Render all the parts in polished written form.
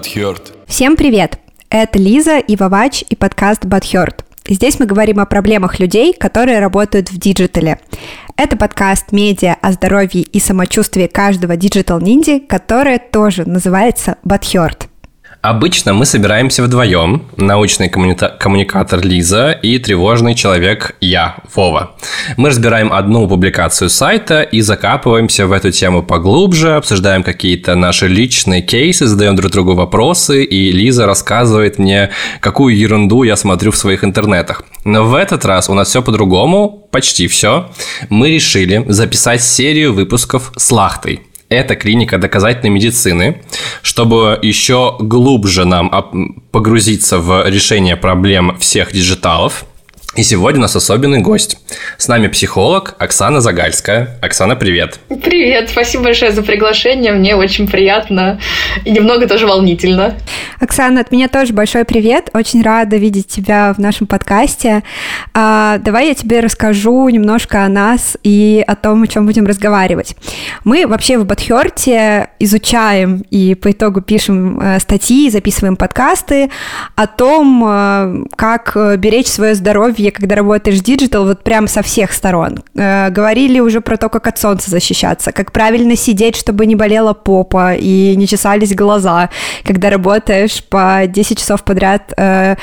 Butthurt. Всем привет! Это Лиза, Ива Вач и подкаст Butthurt. Здесь мы говорим о проблемах людей, которые работают в диджитале. Это подкаст медиа о здоровье и самочувствии каждого диджитал-нинди, который тоже называется Butthurt. Обычно мы собираемся вдвоем, научный коммуникатор Лиза и тревожный человек я, Вова. Мы разбираем одну публикацию сайта и закапываемся в эту тему поглубже, обсуждаем какие-то наши личные кейсы, задаем друг другу вопросы, и Лиза рассказывает мне, какую ерунду я смотрю в своих интернетах. Но в этот раз у нас все по-другому, почти все. Мы решили записать серию выпусков с Лахтой. Это клиника доказательной медицины, чтобы еще глубже нам погрузиться в решение проблем всех диджиталов. И сегодня у нас особенный гость. С нами психолог Оксана Загальская. Оксана, привет. Привет, спасибо большое за приглашение. Мне очень приятно и немного тоже волнительно. Оксана, от меня тоже большой привет. Очень рада видеть тебя в нашем подкасте. Давай я тебе расскажу немножко о нас и о том, о чем будем разговаривать. Мы вообще в Butthurt изучаем и по итогу пишем статьи, записываем подкасты о том, как беречь свое здоровье, когда работаешь в диджитал, вот прям со всех сторон. Говорили уже про то, как от солнца защищаться, как правильно сидеть, чтобы не болела попа и не чесались глаза, когда работаешь по 10 часов подряд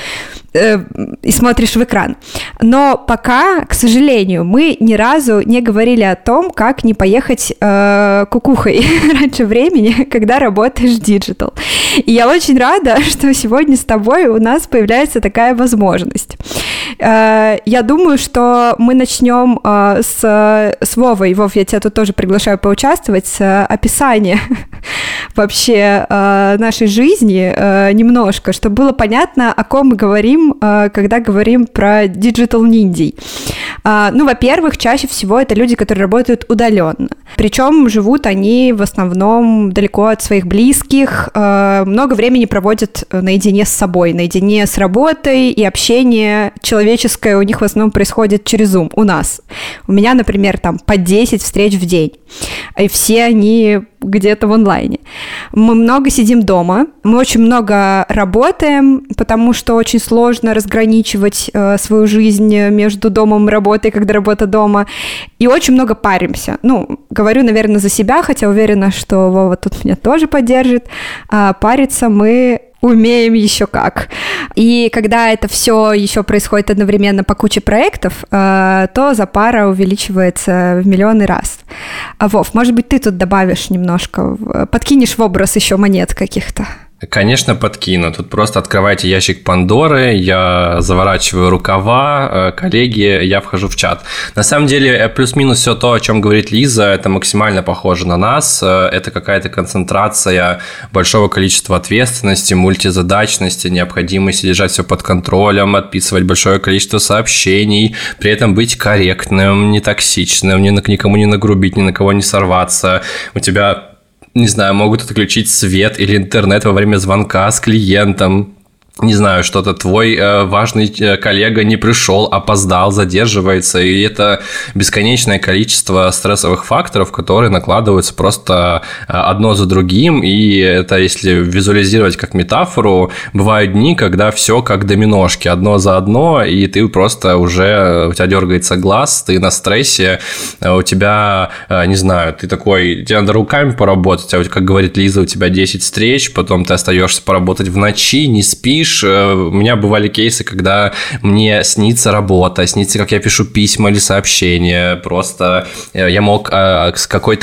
и смотришь в экран. Но пока, к сожалению, мы ни разу не говорили о том, как не поехать кукухой раньше времени, когда работаешь в диджитал. И я очень рада, что сегодня с тобой у нас появляется такая возможность. Я думаю, что мы начнем с Вовой. Вов, я тебя тут тоже приглашаю поучаствовать, с описания вообще нашей жизни немножко, чтобы было понятно, о ком мы говорим, когда говорим про диджитал-ниндей. Ну, во-первых, чаще всего это люди, которые работают удаленно. Причем живут они в основном далеко от своих близких, много времени проводят наедине с собой, наедине с работой, и общение человеческое у них в основном происходит через Zoom, у нас. У меня, например, там по 10 встреч в день, и все они где-то в онлайне. Мы много сидим дома, мы очень много работаем, потому что очень сложно разграничивать свою жизнь между домом и работой, когда работа дома, и очень много паримся. Ну, говорю, наверное, за себя, хотя уверена, что Вова тут меня тоже поддержит. Париться мы умеем еще как. И когда это все еще происходит одновременно по куче проектов, то запара увеличивается в миллионы раз. Вов, может быть, ты тут добавишь немножко, подкинешь в образ еще монет каких-то? Конечно, подкину. Тут просто открывайте ящик Пандоры, я заворачиваю рукава, коллеги, я вхожу в чат. На самом деле, плюс-минус все то, о чем говорит Лиза, это максимально похоже на нас. Это какая-то концентрация большого количества ответственности, мультизадачности, необходимости держать все под контролем, отписывать большое количество сообщений, при этом быть корректным, не токсичным, никому не нагрубить, ни на кого не сорваться. У тебя, не знаю, могут отключить свет или интернет во время звонка с клиентом. Не знаю, что-то твой важный коллега не пришел, опоздал, задерживается, и это бесконечное количество стрессовых факторов, которые накладываются просто одно за другим, и это, если визуализировать как метафору, бывают дни, когда все как доминошки, одно за одно, и ты просто уже, у тебя дергается глаз, ты на стрессе, у тебя, не знаю, ты такой, тебе надо руками поработать, а как говорит Лиза, у тебя 10 встреч, потом ты остаешься поработать в ночи, не спишь. У меня бывали кейсы, когда мне снится работа, снится, как я пишу письма или сообщения. Просто я мог какой-то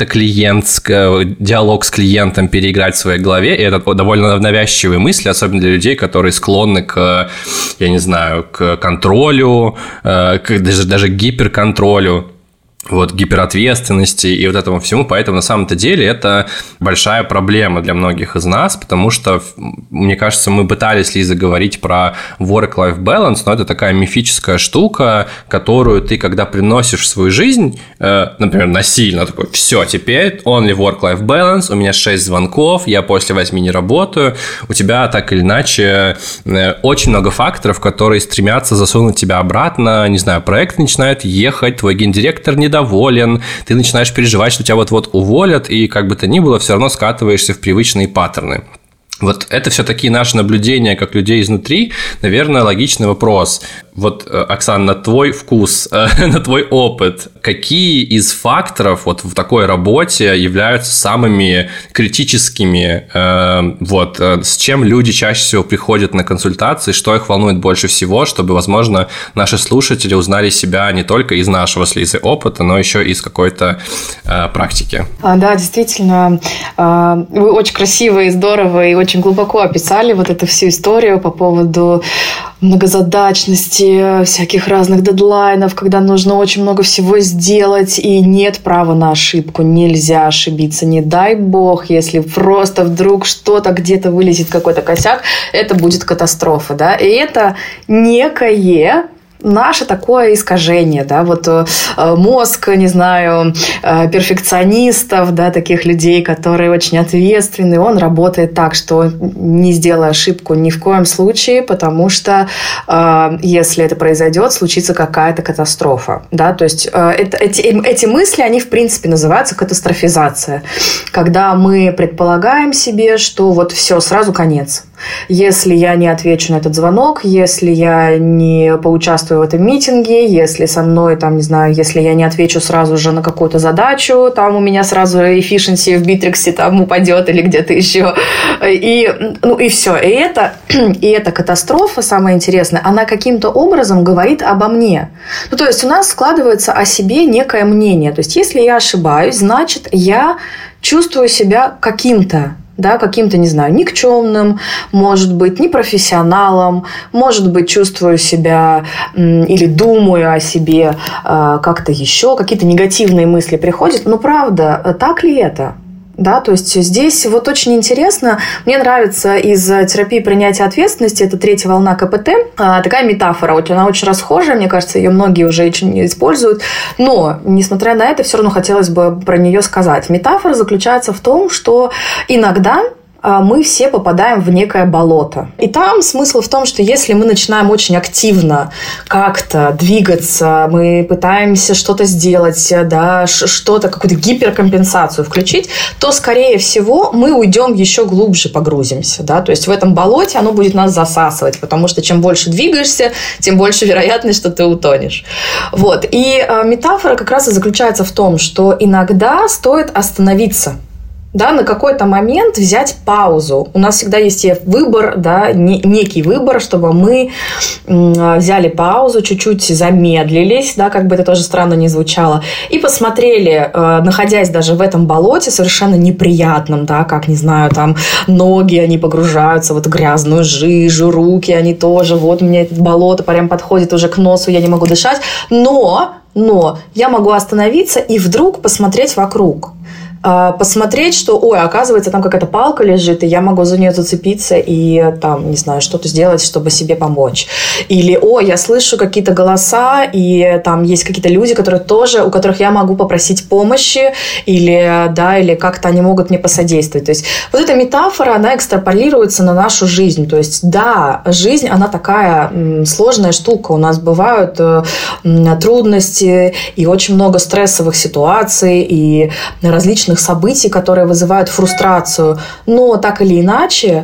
диалог с клиентом переиграть в своей голове. И это довольно навязчивые мысли, особенно для людей, которые склонны к, я не знаю, к контролю, даже к гиперконтролю. Вот, гиперответственности и вот этому всему, поэтому на самом-то деле это большая проблема для многих из нас, потому что, мне кажется, мы пытались, Лиза, говорить про work-life balance, но это такая мифическая штука, которую ты, когда приносишь в свою жизнь, например, насильно такой, все, теперь only work-life balance, у меня 6 звонков, я после 8 не работаю, у тебя так или иначе очень много факторов, которые стремятся засунуть тебя обратно, не знаю, проект начинает ехать, твой гендиректор недоволен, ты начинаешь переживать, что тебя вот-вот уволят, и как бы то ни было, все равно скатываешься в привычные паттерны. Вот это все такие наши наблюдения, как людей изнутри. Наверное, логичный вопрос. Вот, Оксана, на твой вкус, на твой опыт, какие из факторов вот в такой работе являются самыми критическими? С чем люди чаще всего приходят на консультации, что их волнует больше всего, чтобы, возможно, наши слушатели узнали себя не только из нашего с Лизой опыта, но еще и из какой-то практики? Да, действительно, вы очень красиво и здорово и очень глубоко описали вот эту всю историю по поводу многозадачности, всяких разных дедлайнов, когда нужно очень много всего сделать, и нет права на ошибку, нельзя ошибиться, не дай бог, если просто вдруг что-то где-то вылезет, какой-то косяк, это будет катастрофа, да, и это некое наше такое искажение, да, вот мозг, не знаю, перфекционистов, да, таких людей, которые очень ответственны, он работает так, что не сделай ошибку ни в коем случае, потому что если это произойдет, случится какая-то катастрофа, да, то есть эти мысли, они в принципе называются катастрофизация, когда мы предполагаем себе, что вот все, сразу конец. Если я не отвечу на этот звонок, если я не поучаствую в этом митинге, если со мной, там, не знаю, если я не отвечу сразу же на какую-то задачу, там у меня сразу efficiency в Битриксе там упадет или где-то еще. И все. И эта катастрофа, самое интересное, она каким-то образом говорит обо мне. Ну, то есть у нас складывается о себе некое мнение. То есть если я ошибаюсь, значит, я чувствую себя каким-то, не знаю, никчемным, может быть, непрофессионалом, может быть, чувствую себя или думаю о себе как-то еще, какие-то негативные мысли приходят. Но правда, так ли это? Да, то есть здесь вот очень интересно, мне нравится из терапии принятия ответственности, это 3-я волна КПТ, такая метафора, она очень расхожая, мне кажется, ее многие уже очень используют, но, несмотря на это, все равно хотелось бы про нее сказать. Метафора заключается в том, что иногда мы все попадаем в некое болото. И там смысл в том, что если мы начинаем очень активно как-то двигаться, мы пытаемся что-то сделать, да, что-то, какую-то гиперкомпенсацию включить, то, скорее всего, мы уйдем еще глубже, погрузимся. Да? То есть в этом болоте оно будет нас засасывать, потому что чем больше двигаешься, тем больше вероятность, что ты утонешь. Вот. И метафора как раз и заключается в том, что иногда стоит остановиться. Да, на какой-то момент взять паузу. У нас всегда есть выбор, да, некий выбор, чтобы мы взяли паузу, чуть-чуть замедлились, да, как бы это тоже странно не звучало, и посмотрели, находясь даже в этом болоте, совершенно неприятном, да, как, не знаю, там ноги, они погружаются в эту грязную жижу, руки, они тоже, вот мне это болото прям подходит уже к носу, я не могу дышать, но я могу остановиться и вдруг посмотреть вокруг. Посмотреть, что, оказывается, там какая-то палка лежит, и я могу за нее зацепиться и там, не знаю, что-то сделать, чтобы себе помочь. Или, я слышу какие-то голоса, и там есть какие-то люди, которые тоже, у которых я могу попросить помощи, или как-то они могут мне посодействовать. То есть вот эта метафора, она экстраполируется на нашу жизнь. То есть, да, жизнь, она такая сложная штука. У нас бывают трудности и очень много стрессовых ситуаций, и различных событий, которые вызывают фрустрацию. Но так или иначе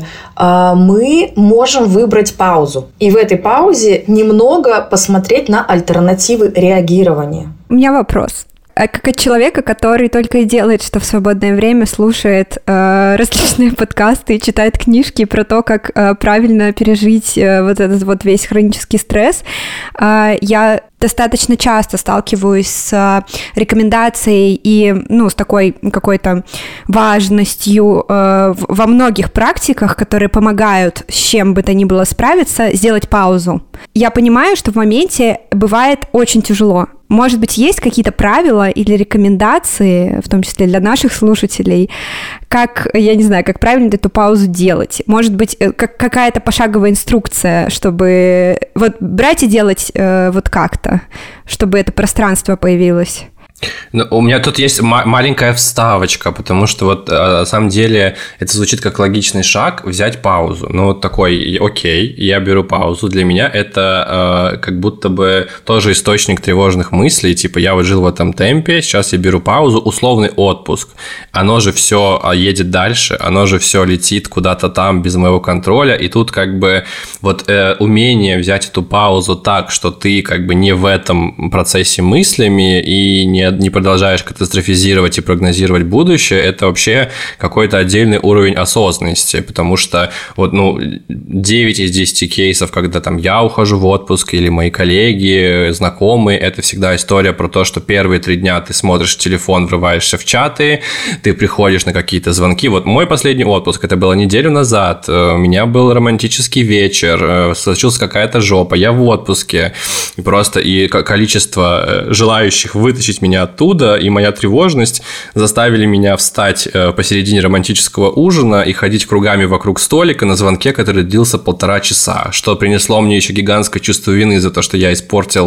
мы можем выбрать паузу. И в этой паузе немного посмотреть на альтернативы реагирования. У меня вопрос. Как от человека, который только и делает, что в свободное время слушает различные подкасты и читает книжки про то, как правильно пережить вот этот вот весь хронический стресс, я достаточно часто сталкиваюсь с рекомендацией и, с такой какой-то важностью во многих практиках, которые помогают с чем бы то ни было справиться, сделать паузу. Я понимаю, что в моменте бывает очень тяжело. Может быть, есть какие-то правила или рекомендации, в том числе для наших слушателей, как, я не знаю, как правильно эту паузу делать? Может быть, какая-то пошаговая инструкция, чтобы вот брать и делать вот как-то, чтобы это пространство появилось? Ну, у меня тут есть маленькая вставочка, потому что вот на самом деле это звучит как логичный шаг взять паузу. Ну, вот такой, окей, я беру паузу. Для меня это как будто бы тоже источник тревожных мыслей. Типа, я вот жил в этом темпе, сейчас я беру паузу, условный отпуск. Оно же все едет дальше, оно же все летит куда-то там без моего контроля. И тут как бы вот умение взять эту паузу так, что ты как бы не в этом процессе мыслями и не продолжаешь катастрофизировать и прогнозировать будущее, это вообще какой-то отдельный уровень осознанности, потому что вот, 9 из 10 кейсов, когда там я ухожу в отпуск или мои коллеги, знакомые, это всегда история про то, что первые 3 дня ты смотришь в телефон, врываешься в чаты, ты приходишь на какие-то звонки. Вот мой последний отпуск, это было неделю назад, у меня был романтический вечер, случилась какая-то жопа, я в отпуске, и просто количество желающих вытащить меня оттуда, и моя тревожность заставили меня встать посередине романтического ужина и ходить кругами вокруг столика на звонке, который длился 1,5 часа, что принесло мне еще гигантское чувство вины за то, что я испортил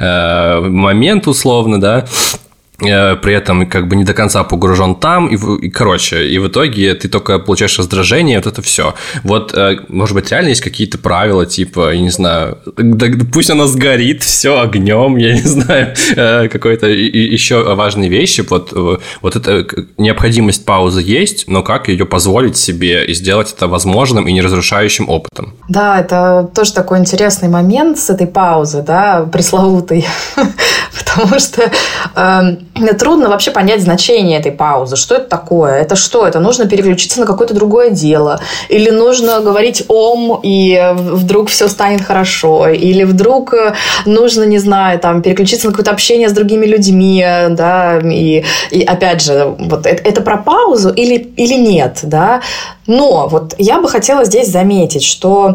момент условно, да, при этом как бы не до конца погружен там, и в итоге ты только получаешь раздражение, вот это все. Вот, может быть, реально есть какие-то правила, типа, я не знаю, да, пусть она сгорит, все огнем, я не знаю, какой-то еще важные вещи, вот эта необходимость паузы есть, но как ее позволить себе и сделать это возможным и не разрушающим опытом? Да, это тоже такой интересный момент с этой паузы, да, пресловутой, потому что трудно вообще понять значение этой паузы. Что это такое? Это что? Это нужно переключиться на какое-то другое дело? Или нужно говорить «ом», и вдруг все станет хорошо? Или вдруг нужно, не знаю, там, переключиться на какое-то общение с другими людьми, да? И опять же, вот это про паузу или нет, да? Но вот я бы хотела здесь заметить, что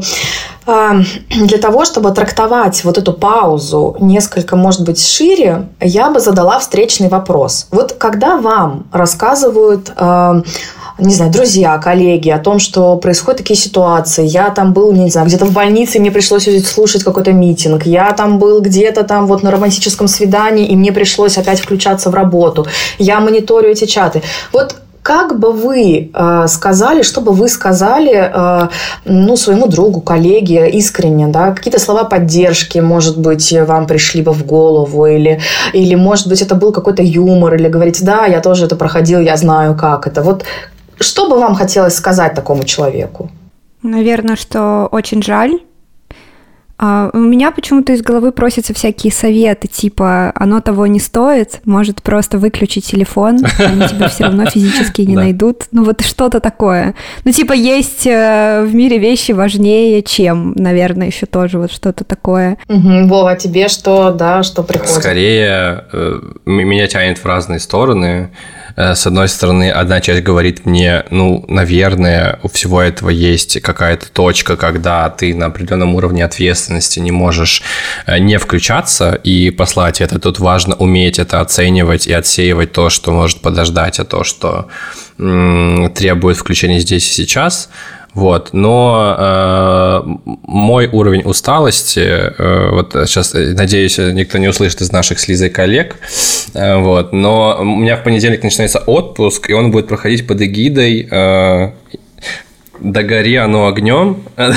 для того, чтобы трактовать вот эту паузу несколько, может быть, шире, я бы задала встречный вопрос. Вот когда вам рассказывают, не знаю, друзья, коллеги о том, что происходят такие ситуации, я там был, не знаю, где-то в больнице, и мне пришлось слушать какой-то митинг, я там был где-то там вот на романтическом свидании, и мне пришлось опять включаться в работу, я мониторю эти чаты. Вот как бы вы сказали, что бы вы сказали своему другу, коллеге искренне, да, какие-то слова поддержки, может быть, вам пришли бы в голову, или может быть, это был какой-то юмор, или говорите, да, я тоже это проходил, я знаю, как это. Вот что бы вам хотелось сказать такому человеку? Наверное, что очень жаль. У меня почему-то из головы просятся всякие советы, типа, оно того не стоит, может просто выключить телефон, они тебя все равно физически не найдут. Ну вот что-то такое. Ну типа есть в мире вещи важнее, чем, наверное, еще тоже вот что-то такое. Вова, тебе что приходит? Скорее, меня тянет в разные стороны. С одной стороны, одна часть говорит мне, наверное, у всего этого есть какая-то точка, когда ты на определенном уровне ответственности не можешь не включаться и послать это. Тут важно уметь это оценивать и отсеивать то, что может подождать, а то, что требует включения здесь и сейчас. Вот, но мой уровень усталости, вот сейчас, надеюсь, никто не услышит из наших с Лизой коллег, вот, но у меня в понедельник начинается отпуск, и он будет проходить под эгидой «Да гори оно огнем».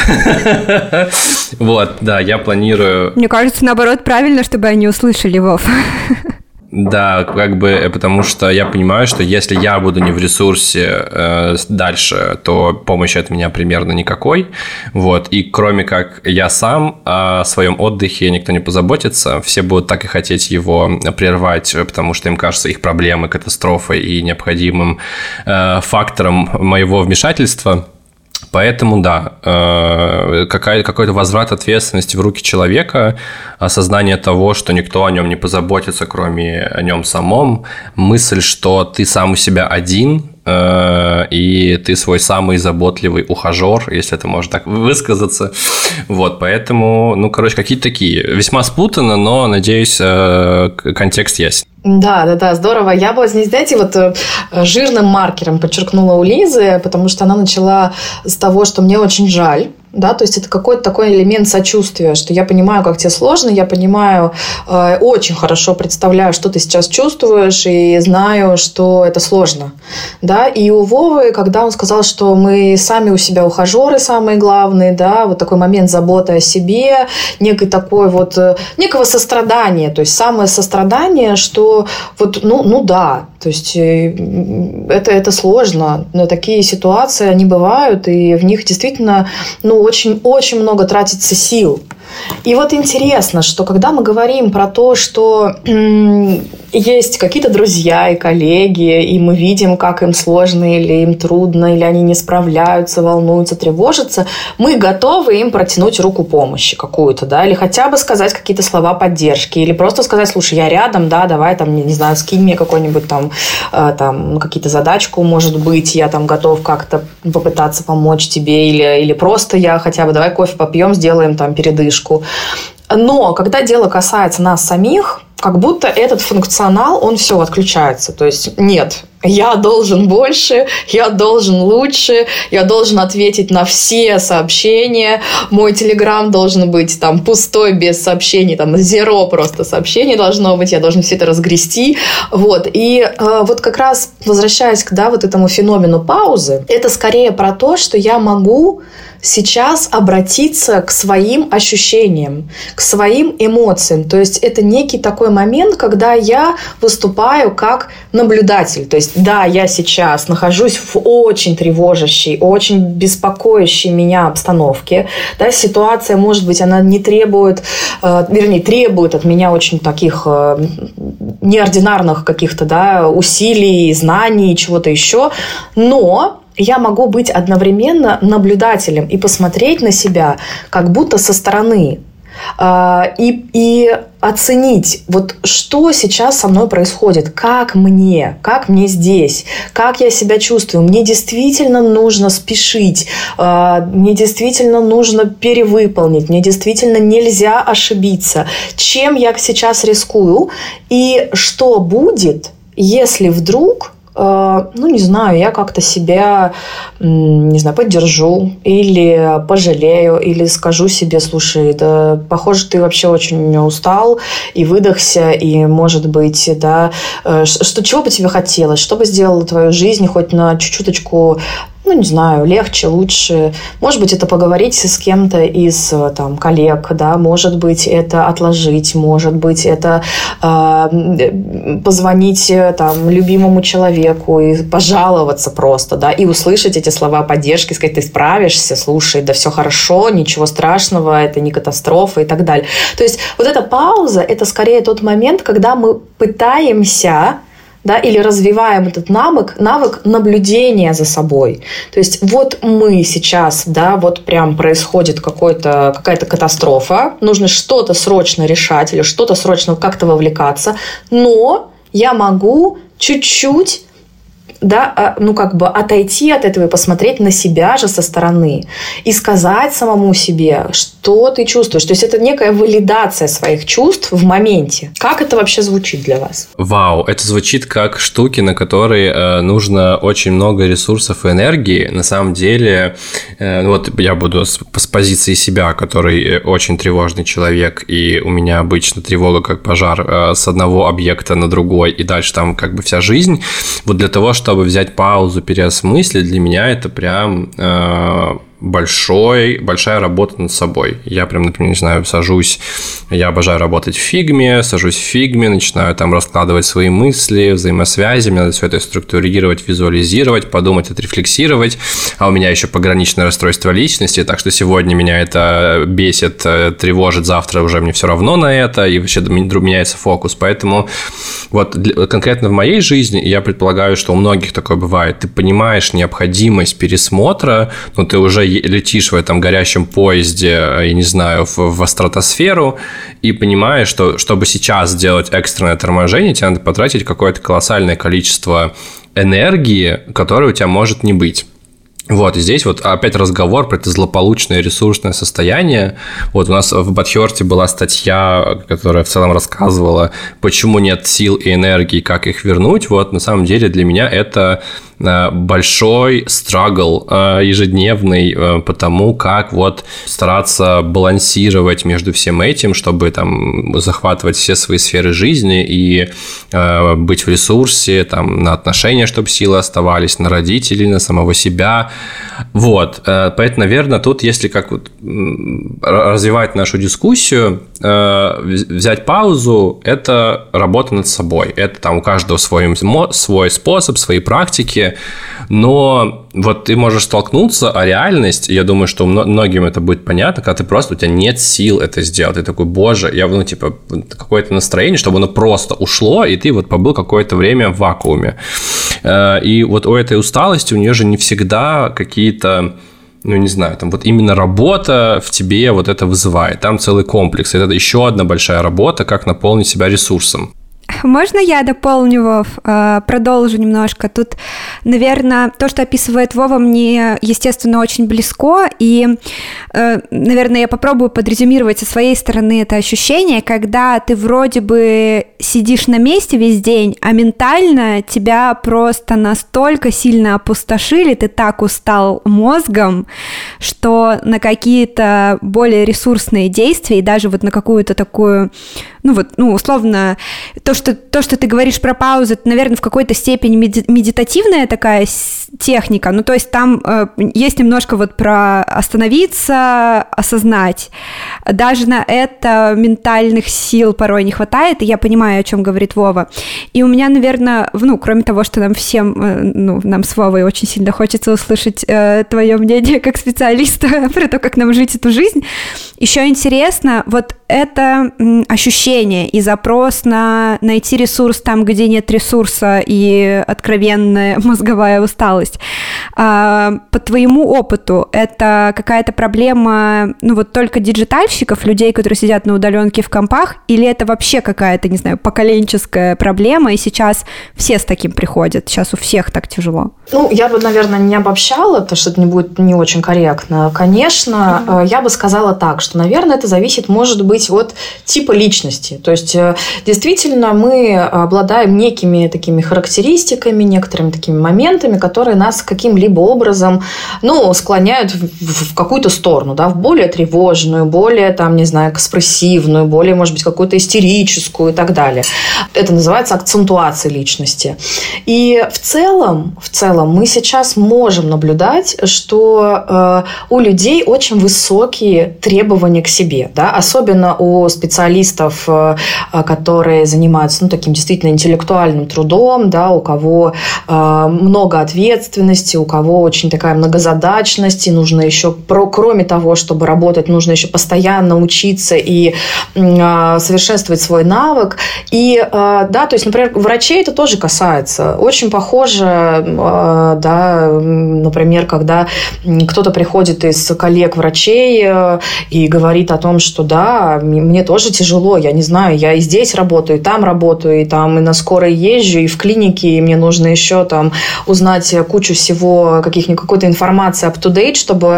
Вот, да, я планирую... Мне кажется, наоборот, правильно, чтобы они услышали, Вов. Да, как бы, потому что я понимаю, что если я буду не в ресурсе дальше, то помощи от меня примерно никакой. Вот. И кроме как я сам, о своем отдыхе никто не позаботится. Все будут так и хотеть его прервать, потому что им кажется их проблемой, катастрофой и необходимым фактором моего вмешательства. Поэтому, да, какой-то возврат ответственности в руки человека, осознание того, что никто о нем не позаботится, кроме о нем самом, мысль, что ты сам у себя один, и ты свой самый заботливый ухажер, если это можно так высказаться. Вот, поэтому, какие-то такие. Весьма спутанно, но, надеюсь, контекст ясен. Да, здорово. Я бы здесь, знаете, вот жирным маркером подчеркнула у Лизы, потому что она начала с того, что мне очень жаль. да, то есть это какой-то такой элемент сочувствия, что я понимаю, как тебе сложно, я понимаю, очень хорошо представляю, что ты сейчас чувствуешь, и знаю, что это сложно, да, и у Вовы, когда он сказал, что мы сами у себя ухажеры самые главные, да, вот такой момент заботы о себе, некой такой вот, некого сострадания, то есть самое сострадание, что вот, ну да, то есть это сложно, но такие ситуации, они бывают, и в них действительно, очень много тратится сил. И вот интересно, что когда мы говорим про то, что есть какие-то друзья и коллеги, и мы видим, как им сложно, или им трудно, или они не справляются, волнуются, тревожатся, мы готовы им протянуть руку помощи какую-то, да, или хотя бы сказать какие-то слова поддержки, или просто сказать: слушай, я рядом, да, давай там, не знаю, скинь мне какой-нибудь там какие-то задачку, может быть, я там готов как-то попытаться помочь тебе, или просто я хотя бы давай кофе попьем, сделаем там передышку. Но когда дело касается нас самих, как будто этот функционал, он все отключается. То есть нет, я должен больше, я должен лучше, я должен ответить на все сообщения, мой телеграм должен быть там пустой, без сообщений, там зеро просто сообщений должно быть, я должен все это разгрести. Вот. И вот как раз возвращаясь к вот этому феномену паузы, это скорее про то, что я могу сейчас обратиться к своим ощущениям, к своим эмоциям. То есть это некий такой момент, когда я выступаю как наблюдатель. То есть да, я сейчас нахожусь в очень тревожащей, очень беспокоящей меня обстановке. Да, ситуация, может быть, она не требует, требует от меня очень таких неординарных каких-то усилий, знаний, чего-то еще. Но я могу быть одновременно наблюдателем и посмотреть на себя как будто со стороны. И оценить, вот что сейчас со мной происходит, как мне здесь, как я себя чувствую. Мне действительно нужно спешить, мне действительно нужно перевыполнить, мне действительно нельзя ошибиться. Чем я сейчас рискую и что будет, если вдруг не знаю, я как-то себя, поддержу или пожалею, или скажу себе: слушай, да, похоже, ты вообще очень устал и выдохся, и, может быть, чего бы тебе хотелось, что бы сделало твою жизнь хоть на чуть-чуточку, легче, лучше. Может быть, это поговорить с кем-то из коллег, да, может быть, это отложить, может быть, это позвонить любимому человеку и пожаловаться просто, да, и услышать эти слова поддержки, сказать: ты справишься, слушай, да все хорошо, ничего страшного, это не катастрофа и так далее. То есть вот эта пауза, это скорее тот момент, когда мы пытаемся, да, или развиваем этот навык наблюдения за собой. То есть вот мы сейчас, да, вот прям происходит какая-то катастрофа, нужно что-то срочно решать или что-то срочно как-то вовлекаться, но я могу чуть-чуть, да, отойти от этого и посмотреть на себя же со стороны и сказать самому себе, что ты чувствуешь. То есть это некая валидация своих чувств в моменте. Как это вообще звучит для вас? Вау, это звучит как штуки, на которые нужно очень много ресурсов и энергии. На самом деле, вот я буду с позиции себя, который очень тревожный человек, и у меня обычно тревога как пожар с одного объекта на другой, и дальше там как бы вся жизнь. Вот для того, чтобы взять паузу, переосмыслить, для меня это прям большая работа над собой. Я прям, например, я обожаю работать в фигме, сажусь в фигме, начинаю там раскладывать свои мысли, взаимосвязи, мне надо все это структурировать, визуализировать, подумать, отрефлексировать, а у меня еще пограничное расстройство личности, так что сегодня меня это бесит, тревожит, завтра уже мне все равно на это, и вообще меняется фокус, поэтому вот конкретно в моей жизни я предполагаю, что у многих такое бывает, ты понимаешь необходимость пересмотра, но ты уже летишь в этом горящем поезде, я не знаю, в стратосферу, и понимаешь, что чтобы сейчас сделать экстренное торможение, тебе надо потратить какое-то колоссальное количество энергии, которой у тебя может не быть. Вот, и здесь вот опять разговор про это злополучное ресурсное состояние. Вот у нас в Бадхёрте была статья, которая в целом рассказывала, почему нет сил и энергии, как их вернуть. Вот, на самом деле для меня это большой страгл ежедневный по тому, как вот стараться балансировать между всем этим, чтобы там захватывать все свои сферы жизни и быть в ресурсе, там, на отношения, чтобы силы оставались, на родителей, на самого себя. Вот, поэтому, наверное, тут, если как вот развивать нашу дискуссию, взять паузу – это работа над собой. Это там у каждого свой способ, свои практики, но вот ты можешь столкнуться, а реальность, я думаю, что многим это будет понятно, когда у тебя нет сил это сделать. Ты такой, боже, какое-то настроение, чтобы оно просто ушло, и ты вот побыл какое-то время в вакууме. И вот у этой усталости у нее же не всегда какие-то, не знаю, там вот именно работа в тебе вот это вызывает. Там целый комплекс. Это еще одна большая работа, как наполнить себя ресурсом. Можно я дополню, Вов, продолжу немножко? Тут, наверное, то, что описывает Вова, мне, естественно, очень близко, и, наверное, я попробую подрезюмировать со своей стороны это ощущение, когда ты вроде бы сидишь на месте весь день, а ментально тебя просто настолько сильно опустошили, ты так устал мозгом, что на какие-то более ресурсные действия и даже вот на какую-то такую, условно, то, что ты говоришь про паузу, это, наверное, в какой-то степени медитативная такая техника, то есть там есть немножко вот про остановиться, осознать. Даже на это ментальных сил порой не хватает, и я понимаю, о чем говорит Вова. И у меня, наверное, кроме того, что нам всем, нам с Вовой очень сильно хочется услышать твое мнение как специалиста про то, как нам жить эту жизнь, еще интересно вот это ощущение и запрос на найти ресурс там, где нет ресурса, и откровенная мозговая усталость. По твоему опыту, это какая-то проблема, только диджитальщиков, людей, которые сидят на удаленке в компах, или это вообще какая-то, не знаю, поколенческая проблема, и сейчас все с таким приходят, сейчас у всех так тяжело? Я бы, наверное, не обобщала, потому что это не будет не очень корректно. Конечно, я бы сказала так, что, наверное, это зависит, может быть, от типа личности. То есть, действительно, мы обладаем некими такими характеристиками, некоторыми такими моментами, которые нас каким-либо образом, склоняют в какую-то сторону, да, в более тревожную, более, экспрессивную, более, может быть, какую-то истерическую и так далее. Это называется акцентуация личности. И в целом мы сейчас можем наблюдать, что у людей очень высокие требования к себе, да, особенно у специалистов, которые занимаются таким действительно интеллектуальным трудом, да, у кого много ответственности, у кого очень такая многозадачность, и нужно еще, кроме того, чтобы работать, нужно еще постоянно учиться и совершенствовать свой навык. И, да, то есть, например, врачей это тоже касается. Очень похоже, да, например, когда кто-то приходит из коллег-врачей и говорит о том, что да, мне тоже тяжело, я не знаю, я и здесь работаю, и там работаю, и там и на скорой езжу, и в клинике, и мне нужно еще там узнать кучу всего, какой-то информации up-to-date, чтобы,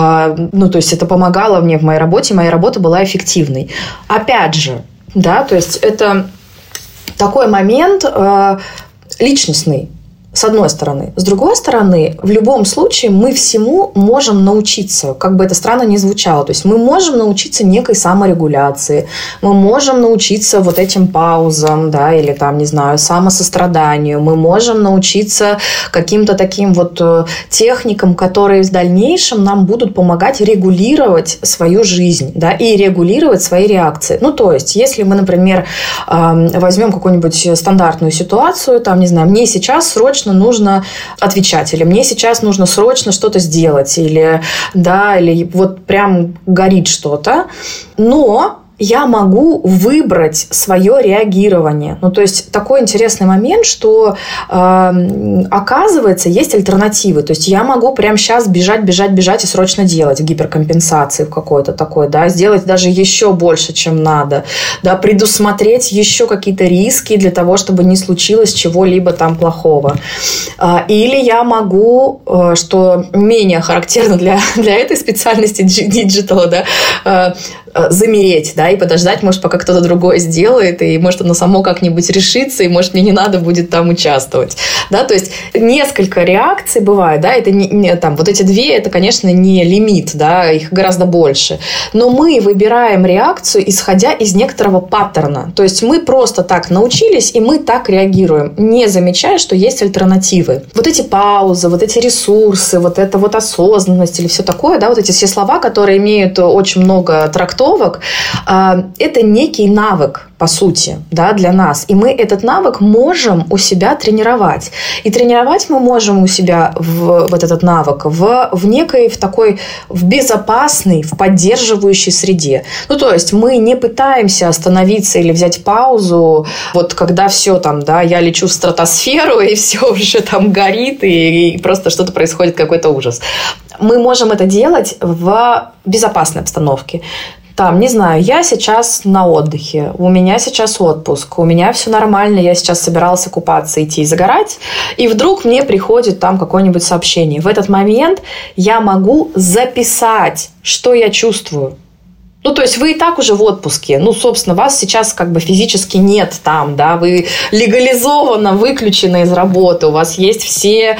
то есть это помогало мне в моей работе, моя работа была эффективной. Опять же, да, то есть это такой момент личностный. С одной стороны. С другой стороны, в любом случае мы всему можем научиться, как бы это странно ни звучало. То есть мы можем научиться некой саморегуляции, мы можем научиться вот этим паузам, да, или там, не знаю, самосостраданию, мы можем научиться каким-то таким вот техникам, которые в дальнейшем нам будут помогать регулировать свою жизнь, да, и регулировать свои реакции. То есть, если мы, например, возьмем какую-нибудь стандартную ситуацию, там, не знаю, мне сейчас срочно нужно отвечать, или мне сейчас нужно срочно что-то сделать, или вот прям горит что-то. Но я могу выбрать свое реагирование. Ну, то есть, такой интересный момент, что, оказывается, есть альтернативы. То есть, я могу прямо сейчас бежать и срочно делать гиперкомпенсации в какой-то такой, да, сделать даже еще больше, чем надо, да, предусмотреть еще какие-то риски для того, чтобы не случилось чего-либо там плохого. Или я могу, что менее характерно для этой специальности диджитала, да, замереть, да, и подождать, может, пока кто-то другой сделает, и, может, оно само как-нибудь решится, и, может, мне не надо будет там участвовать, да, то есть несколько реакций бывает, да, это не там, вот эти две, это, конечно, не лимит, да, их гораздо больше, но мы выбираем реакцию, исходя из некоторого паттерна, то есть мы просто так научились, и мы так реагируем, не замечая, что есть альтернативы. Вот эти паузы, вот эти ресурсы, вот эта вот осознанность или все такое, да, вот эти все слова, которые имеют очень много трактовок, это некий навык, по сути, да, для нас. И мы этот навык можем у себя тренировать. И тренировать мы можем у себя вот этот навык в некой, в безопасной, в поддерживающей среде. Ну, то есть, мы не пытаемся остановиться или взять паузу, вот когда все там, да, я лечу в стратосферу, и все уже там горит, и просто что-то происходит, какой-то ужас. Мы можем это делать в безопасной обстановке. Там, не знаю, я сейчас на отдыхе, у меня сейчас отпуск, у меня все нормально, я сейчас собирался купаться, идти загорать, и вдруг мне приходит там какое-нибудь сообщение. В этот момент я могу записать, что я чувствую. Ну, то есть, вы и так уже в отпуске. Ну, собственно, вас сейчас как бы физически нет там, да, вы легализованно выключены из работы, у вас есть все,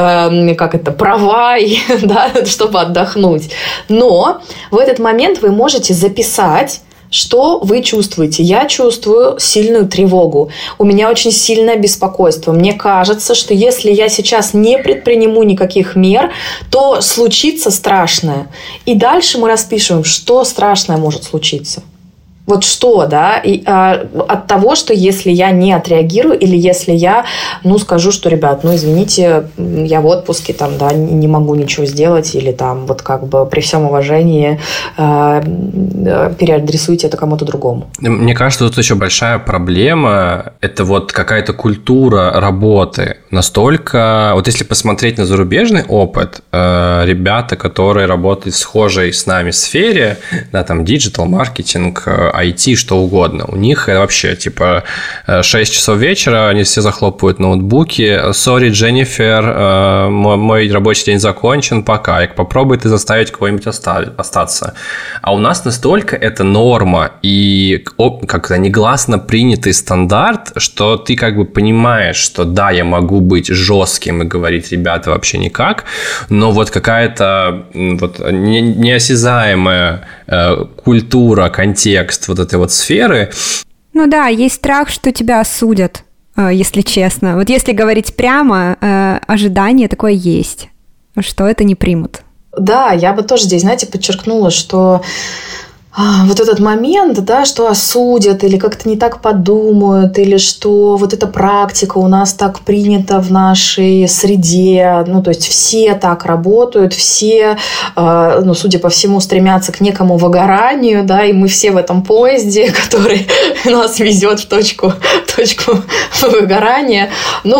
права, да, чтобы отдохнуть. Но в этот момент вы можете записать, что вы чувствуете. Я чувствую сильную тревогу. У меня очень сильное беспокойство. Мне кажется, что если я сейчас не предприму никаких мер, то случится страшное. И дальше мы распишем, что страшное может случиться. Вот что, да, и, от того, что если я не отреагирую или если я, скажу, что, ребят, извините, я в отпуске, там, да, не могу ничего сделать, или там, вот как бы при всем уважении переадресуйте это кому-то другому. Мне кажется, тут еще большая проблема, это вот какая-то культура работы. Настолько, вот если посмотреть на зарубежный опыт, ребята, которые работают в схожей с нами сфере, да, там, диджитал, маркетинг, IT, что угодно. У них вообще, 6 часов вечера, они все захлопывают ноутбуки. Sorry, Дженнифер, мой рабочий день закончен, пока. Попробуй ты заставить кого-нибудь остаться. А у нас настолько это норма и как-то негласно принятый стандарт, что ты как бы понимаешь, что да, я могу быть жестким и говорить, ребята, вообще никак, но вот какая-то вот неосязаемая культура, контекст вот этой вот сферы. Ну да, есть страх, что тебя осудят, если честно. Вот если говорить прямо, ожидание такое есть, что это не примут. Да, я бы тоже здесь, подчеркнула, что вот этот момент, да, что осудят или как-то не так подумают, или что вот эта практика у нас так принята в нашей среде, то есть все так работают, все, судя по всему, стремятся к некому выгоранию, да, и мы все в этом поезде, который нас везет в точку выгорания.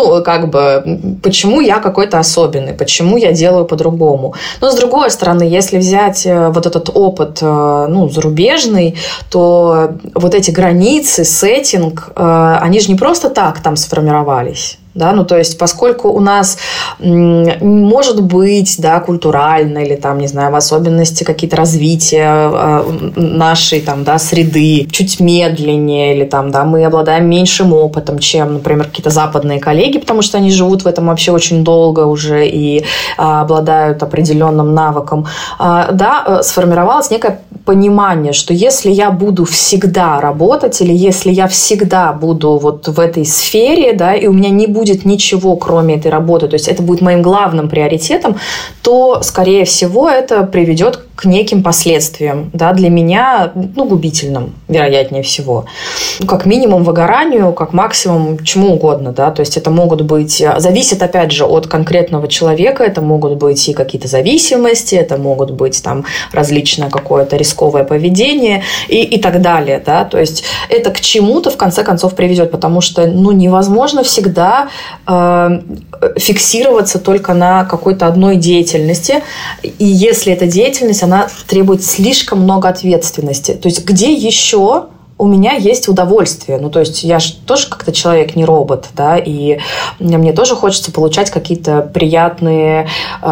Почему я какой-то особенный, почему я делаю по-другому? Но, с другой стороны, если взять вот этот опыт, зарубежный, то вот эти границы, сеттинг, они же не просто так там сформировались. Да, то есть, поскольку у нас может быть, да, культурально или там, не знаю, в особенности какие-то развития нашей там, да, среды чуть медленнее или там, да, мы обладаем меньшим опытом, чем, например, какие-то западные коллеги, потому что они живут в этом вообще очень долго уже и обладают определенным навыком, да, сформировалось некое понимание, что если я буду всегда работать или если я всегда буду вот в этой сфере, да, и у меня не будет ничего, кроме этой работы, то есть это будет моим главным приоритетом, то, скорее всего, это приведет к неким последствиям, да, для меня, губительным, вероятнее всего. Как минимум выгоранию, как максимум чему угодно, да, то есть это могут быть, зависит опять же от конкретного человека, это могут быть и какие-то зависимости, это могут быть там различное какое-то рисковое поведение и так далее, да, то есть это к чему-то в конце концов приведет, потому что, невозможно всегда фиксироваться только на какой-то одной деятельности, и если эта деятельность, она требует слишком много ответственности, то есть где еще у меня есть удовольствие. То есть я же тоже как-то человек, не робот, да, и мне тоже хочется получать какие-то приятные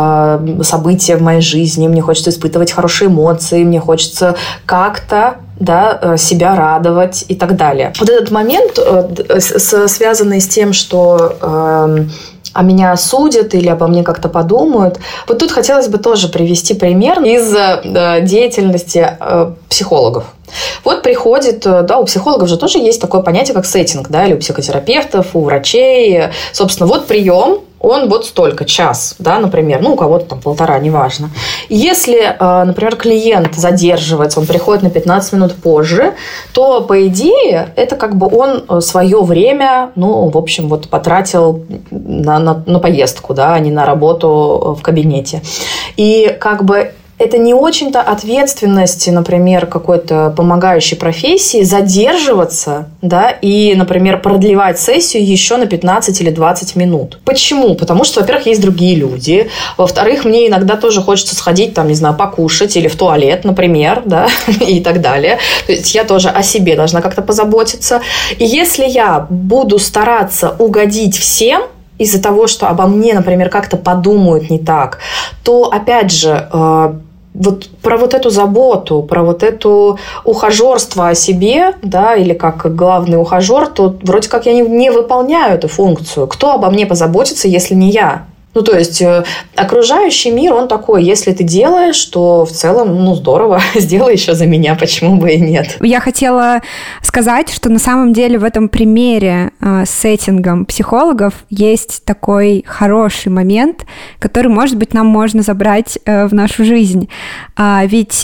события в моей жизни, мне хочется испытывать хорошие эмоции, мне хочется как-то, да, себя радовать и так далее. Вот этот момент, связанный с тем, что а меня осудят или обо мне как-то подумают. Вот тут хотелось бы тоже привести пример из деятельности психологов. Вот приходит, да, у психологов же тоже есть такое понятие, как сеттинг, да, или у психотерапевтов, у врачей. Собственно, вот прием, он вот столько, час, да, например, у кого-то там 1,5, неважно. Если, например, клиент задерживается, он приходит на 15 минут позже, то, по идее, это как бы он свое время, в общем, вот потратил на поездку, да, а не на работу в кабинете. И как бы это не очень-то ответственность, например, какой-то помогающей профессии задерживаться, да, и, например, продлевать сессию еще на 15 или 20 минут. Почему? Потому что, во-первых, есть другие люди. Во-вторых, мне иногда тоже хочется сходить, там, не знаю, покушать или в туалет, например, да, и так далее. То есть я тоже о себе должна как-то позаботиться. И если я буду стараться угодить всем, из-за того, что обо мне, например, как-то подумают не так, то, опять же, вот про вот эту заботу, про вот это ухажерство о себе, да, или как главный ухажер, то вроде как я не выполняю эту функцию. Кто обо мне позаботится, если не я? То есть окружающий мир, он такой, если ты делаешь, то в целом, здорово, сделай еще за меня, почему бы и нет. Я хотела сказать, что на самом деле в этом примере с сеттингом психологов есть такой хороший момент, который, может быть, нам можно забрать в нашу жизнь. Ведь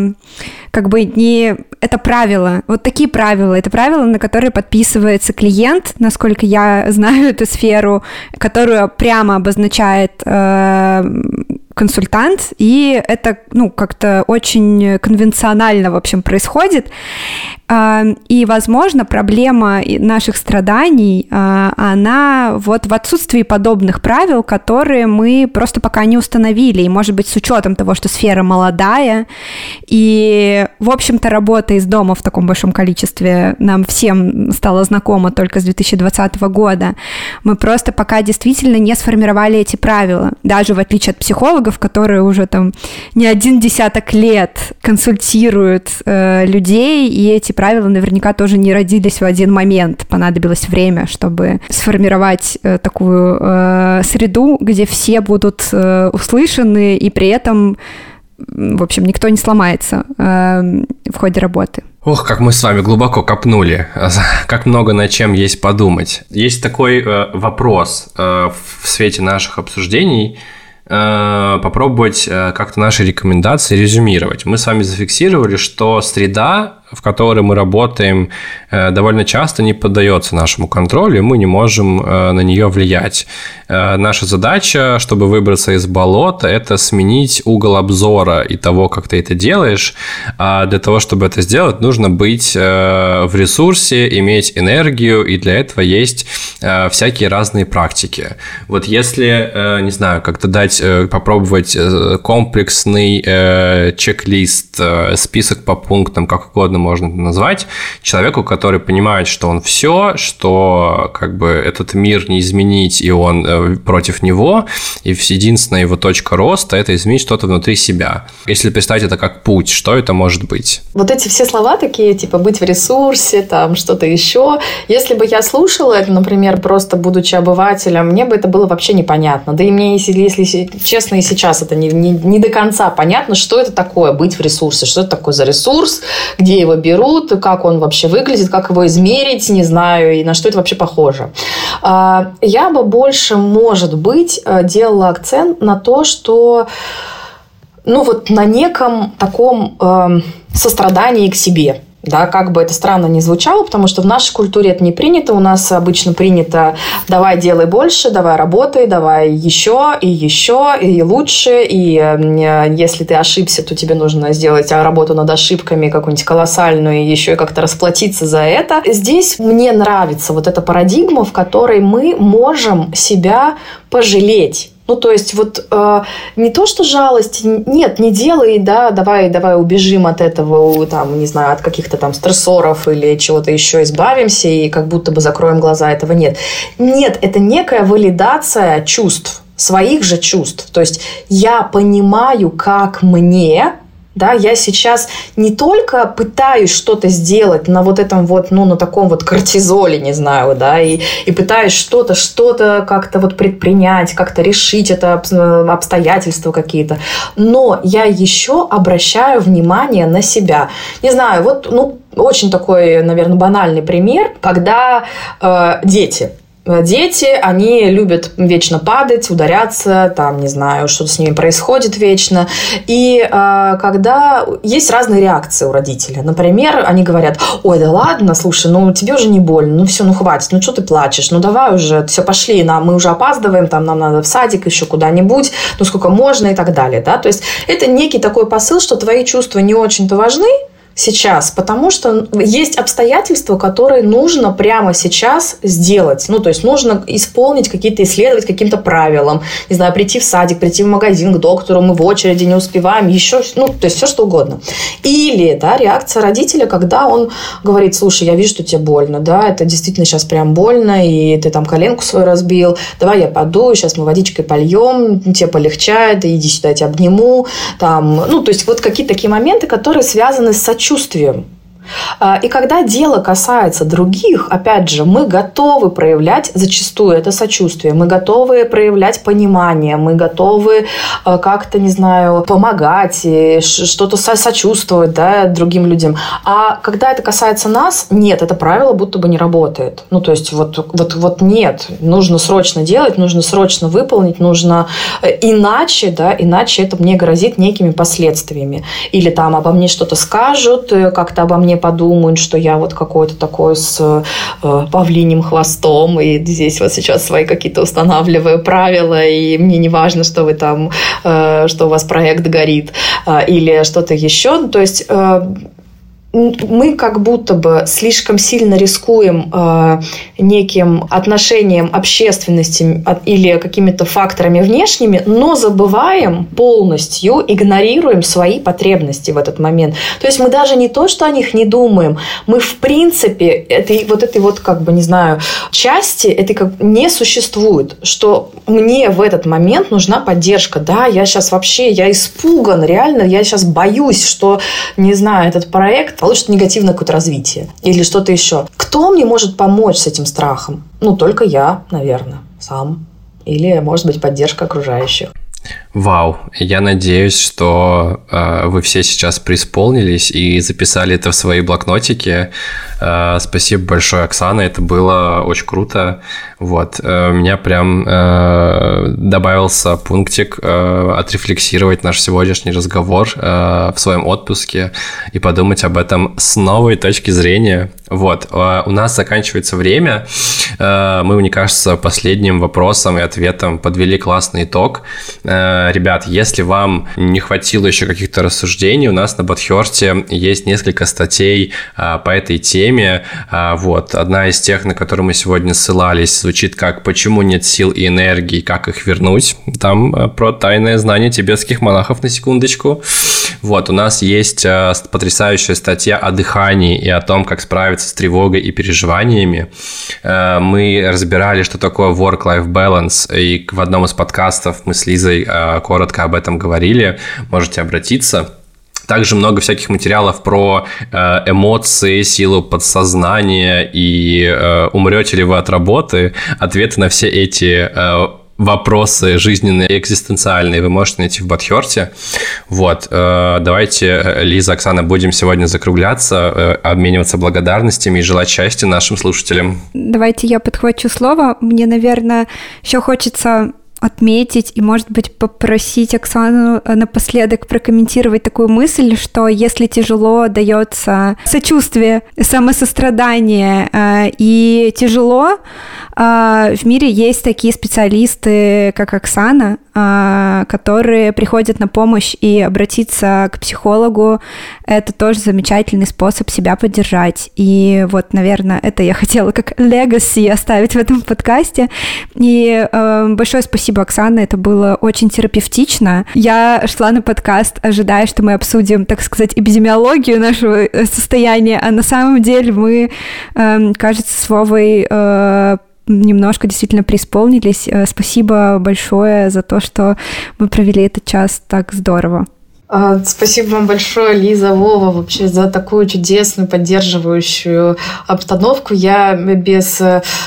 как бы не это правило, вот такие правила, это правила, на которые подписывается клиент, насколько я знаю эту сферу, которую прямо обозначает консультант, и это, как-то очень конвенционально, в общем, происходит. И, возможно, проблема наших страданий, она вот в отсутствии подобных правил, которые мы просто пока не установили, и, может быть, с учетом того, что сфера молодая, и, в общем-то, работа из дома в таком большом количестве нам всем стала знакома только с 2020 года, мы просто пока действительно не сформировали эти правила, даже в отличие от психологов, которые уже там не 10 лет консультируют людей, и эти правила наверняка тоже не родились в один момент. Понадобилось время, чтобы сформировать такую среду, где все будут услышаны, и при этом, в общем, никто не сломается в ходе работы. Ох, как мы с вами глубоко копнули, как много над чем есть подумать. Есть такой вопрос в свете наших обсуждений, попробовать как-то наши рекомендации резюмировать. Мы с вами зафиксировали, что среда, в которой мы работаем, довольно часто не поддается нашему контролю, и мы не можем на нее влиять. Наша задача, чтобы выбраться из болота, это сменить угол обзора и того, как ты это делаешь. А для того, чтобы это сделать, нужно быть в ресурсе, иметь энергию, и для этого есть всякие разные практики. Вот если, не знаю, как-то попробовать комплексный чек-лист, список по пунктам, как угодно можно это назвать, человеку, который понимает, что он все, что как бы этот мир не изменить, и он против него, и единственная его точка роста – это изменить что-то внутри себя. Если представить это как путь, что это может быть? Вот эти все слова такие, типа быть в ресурсе, там что-то еще. Если бы я слушала это, например, просто будучи обывателем, мне бы это было вообще непонятно. Да и мне, если честно, и сейчас это не до конца понятно, что это такое быть в ресурсе, что это такое за ресурс, где его берут, как он вообще выглядит, как его измерить, не знаю, и на что это вообще похоже. Я бы больше, может быть, делала акцент на то, что на неком таком сострадании к себе. Да, как бы это странно ни звучало, потому что в нашей культуре это не принято. У нас обычно принято: давай делай больше, давай работай, давай еще, и лучше. И если ты ошибся, то тебе нужно сделать работу над ошибками какую-нибудь колоссальную, и еще и как-то расплатиться за это. Здесь мне нравится вот эта парадигма, в которой мы можем себя пожалеть. Ну, то есть, вот не то, что жалость, нет, не делай, да, давай убежим от этого, там, не знаю, от каких-то там стрессоров или чего-то еще избавимся и как будто бы закроем глаза, этого нет. Нет, это некая валидация чувств, своих же чувств. То есть, я понимаю, как мне... Да, я сейчас не только пытаюсь что-то сделать на вот этом вот, ну, на таком вот кортизоле, не знаю, да, и пытаюсь что-то как-то вот предпринять, как-то решить это обстоятельства какие-то, но я еще обращаю внимание на себя. Не знаю, вот, ну, очень такой, наверное, банальный пример, когда дети, они любят вечно падать, ударяться, там, не знаю, что-то с ними происходит вечно. И когда есть разные реакции у родителей. Например, они говорят: ой, да ладно, слушай, ну тебе уже не больно, ну все, ну хватит, ну что ты плачешь, ну давай уже, все, пошли, мы уже опаздываем, там, нам надо в садик, еще куда-нибудь, ну сколько можно и так далее. Да? То есть это некий такой посыл, что твои чувства не очень-то важны сейчас, потому что есть обстоятельства, которые нужно прямо сейчас сделать. Ну, то есть нужно исполнить какие-то, исследовать каким-то правилам. Не знаю, прийти в садик, прийти в магазин к доктору, мы в очереди не успеваем, еще, ну, то есть все что угодно. Или, да, реакция родителя, когда он говорит: слушай, я вижу, что тебе больно, да, это действительно сейчас прям больно, и ты там коленку свою разбил, давай я подую, сейчас мы водичкой польем, тебе полегчает, иди сюда, я тебя обниму, там, ну, то есть вот какие-то такие моменты, которые связаны с сочувствием. И когда дело касается других, опять же, мы готовы проявлять зачастую это сочувствие, мы готовы проявлять понимание, мы готовы как-то, не знаю, помогать, что-то сочувствовать, да, другим людям. А когда это касается нас, нет, это правило будто бы не работает. Ну, то есть вот нет, нужно срочно делать, нужно срочно выполнить, нужно иначе это мне грозит некими последствиями. Или там обо мне что-то скажут, как-то обо мне подумают, что я вот какой-то такой с павлиним хвостом, и здесь вот сейчас свои какие-то устанавливаю правила, и мне не важно, что вы там, что у вас проект горит, или что-то еще. То есть мы как будто бы слишком сильно рискуем неким отношением общественности или какими-то факторами внешними, но забываем полностью, игнорируем свои потребности в этот момент. То есть мы даже не то, что о них не думаем, мы в принципе этой как бы, не знаю, части этой как не существует, что мне в этот момент нужна поддержка. Да, я сейчас вообще, я испуган, реально, я сейчас боюсь, что, не знаю, этот проект получит негативное какое-то развитие или что-то еще. Кто мне может помочь с этим страхом? Ну, только я, наверное, сам. Или, может быть, поддержка окружающих. Вау, я надеюсь, что вы все сейчас преисполнились и записали это в свои блокнотики. Спасибо большое, Оксана, это было очень круто. Вот, у меня прям добавился пунктик отрефлексировать наш сегодняшний разговор в своем отпуске и подумать об этом с новой точки зрения. Вот, у нас заканчивается время. Мы, мне кажется, последним вопросом и ответом подвели классный итог. Ребят, если вам не хватило еще каких-то рассуждений, у нас на Бадхёрсте есть несколько статей по этой теме. Вот, одна из тех, на которую мы сегодня ссылались, звучит как «Почему нет сил и энергии, как их вернуть?». Там про тайное знание тибетских монахов, на секундочку. Вот, у нас есть потрясающая статья о дыхании и о том, как справиться с тревогой и переживаниями. Мы разбирали, что такое work-life balance, и в одном из подкастов мы с Лизой коротко об этом говорили. Можете обратиться. Также много всяких материалов про эмоции, силу подсознания и умрете ли вы от работы. Ответы на все эти вопросы жизненные и экзистенциальные вы можете найти в Бадхёрте. Вот, давайте, Лиза, Оксана, будем сегодня закругляться, обмениваться благодарностями и желать счастья нашим слушателям. Давайте я подхвачу слово. Мне, наверное, еще хочется отметить и, может быть, попросить Оксану напоследок прокомментировать такую мысль, что если тяжело дается сочувствие, самосострадание и тяжело, в мире есть такие специалисты, как Оксана, которые приходят на помощь, и обратиться к психологу – это тоже замечательный способ себя поддержать. И вот, наверное, это я хотела как legacy оставить в этом подкасте. И большое спасибо, Оксана, это было очень терапевтично. Я шла на подкаст, ожидая, что мы обсудим, так сказать, эпидемиологию нашего состояния, а на самом деле мы, кажется, с Вовой немножко действительно преисполнились. Спасибо большое за то, что мы провели этот час так здорово. Спасибо вам большое, Лиза, Вова, вообще за такую чудесную, поддерживающую обстановку. Я без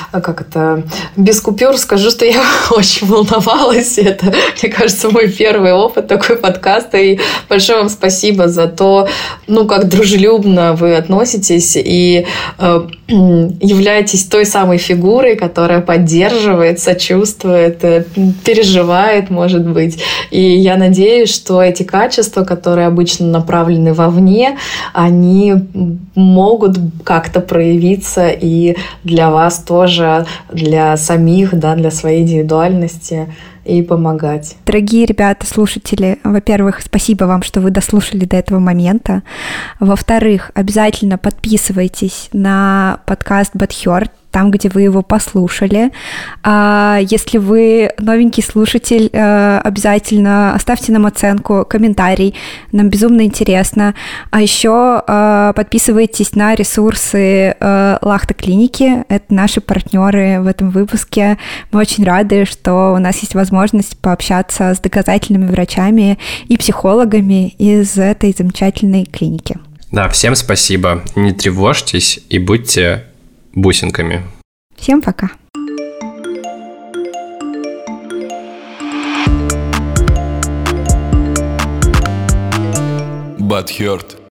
купюр скажу, что я очень волновалась. Это, мне кажется, мой первый опыт такой подкаста. И большое вам спасибо за то, как дружелюбно вы относитесь и являетесь той самой фигурой, которая поддерживает, сочувствует, переживает, может быть. И я надеюсь, что эти качества, которые обычно направлены вовне, они могут как-то проявиться и для вас тоже, для самих, для своей индивидуальности и помогать. Дорогие ребята, слушатели, во-первых, спасибо вам, что вы дослушали до этого момента. Во-вторых, обязательно подписывайтесь на подкаст But Heard, там, где вы его послушали. Если вы новенький слушатель, обязательно оставьте нам оценку, комментарий. Нам безумно интересно. А еще подписывайтесь на ресурсы Лахта Клиники. Это наши партнеры в этом выпуске. Мы очень рады, что у нас есть возможность пообщаться с доказательными врачами и психологами из этой замечательной клиники. Да, всем спасибо. Не тревожьтесь и будьте бусинками. Всем пока. But Heard.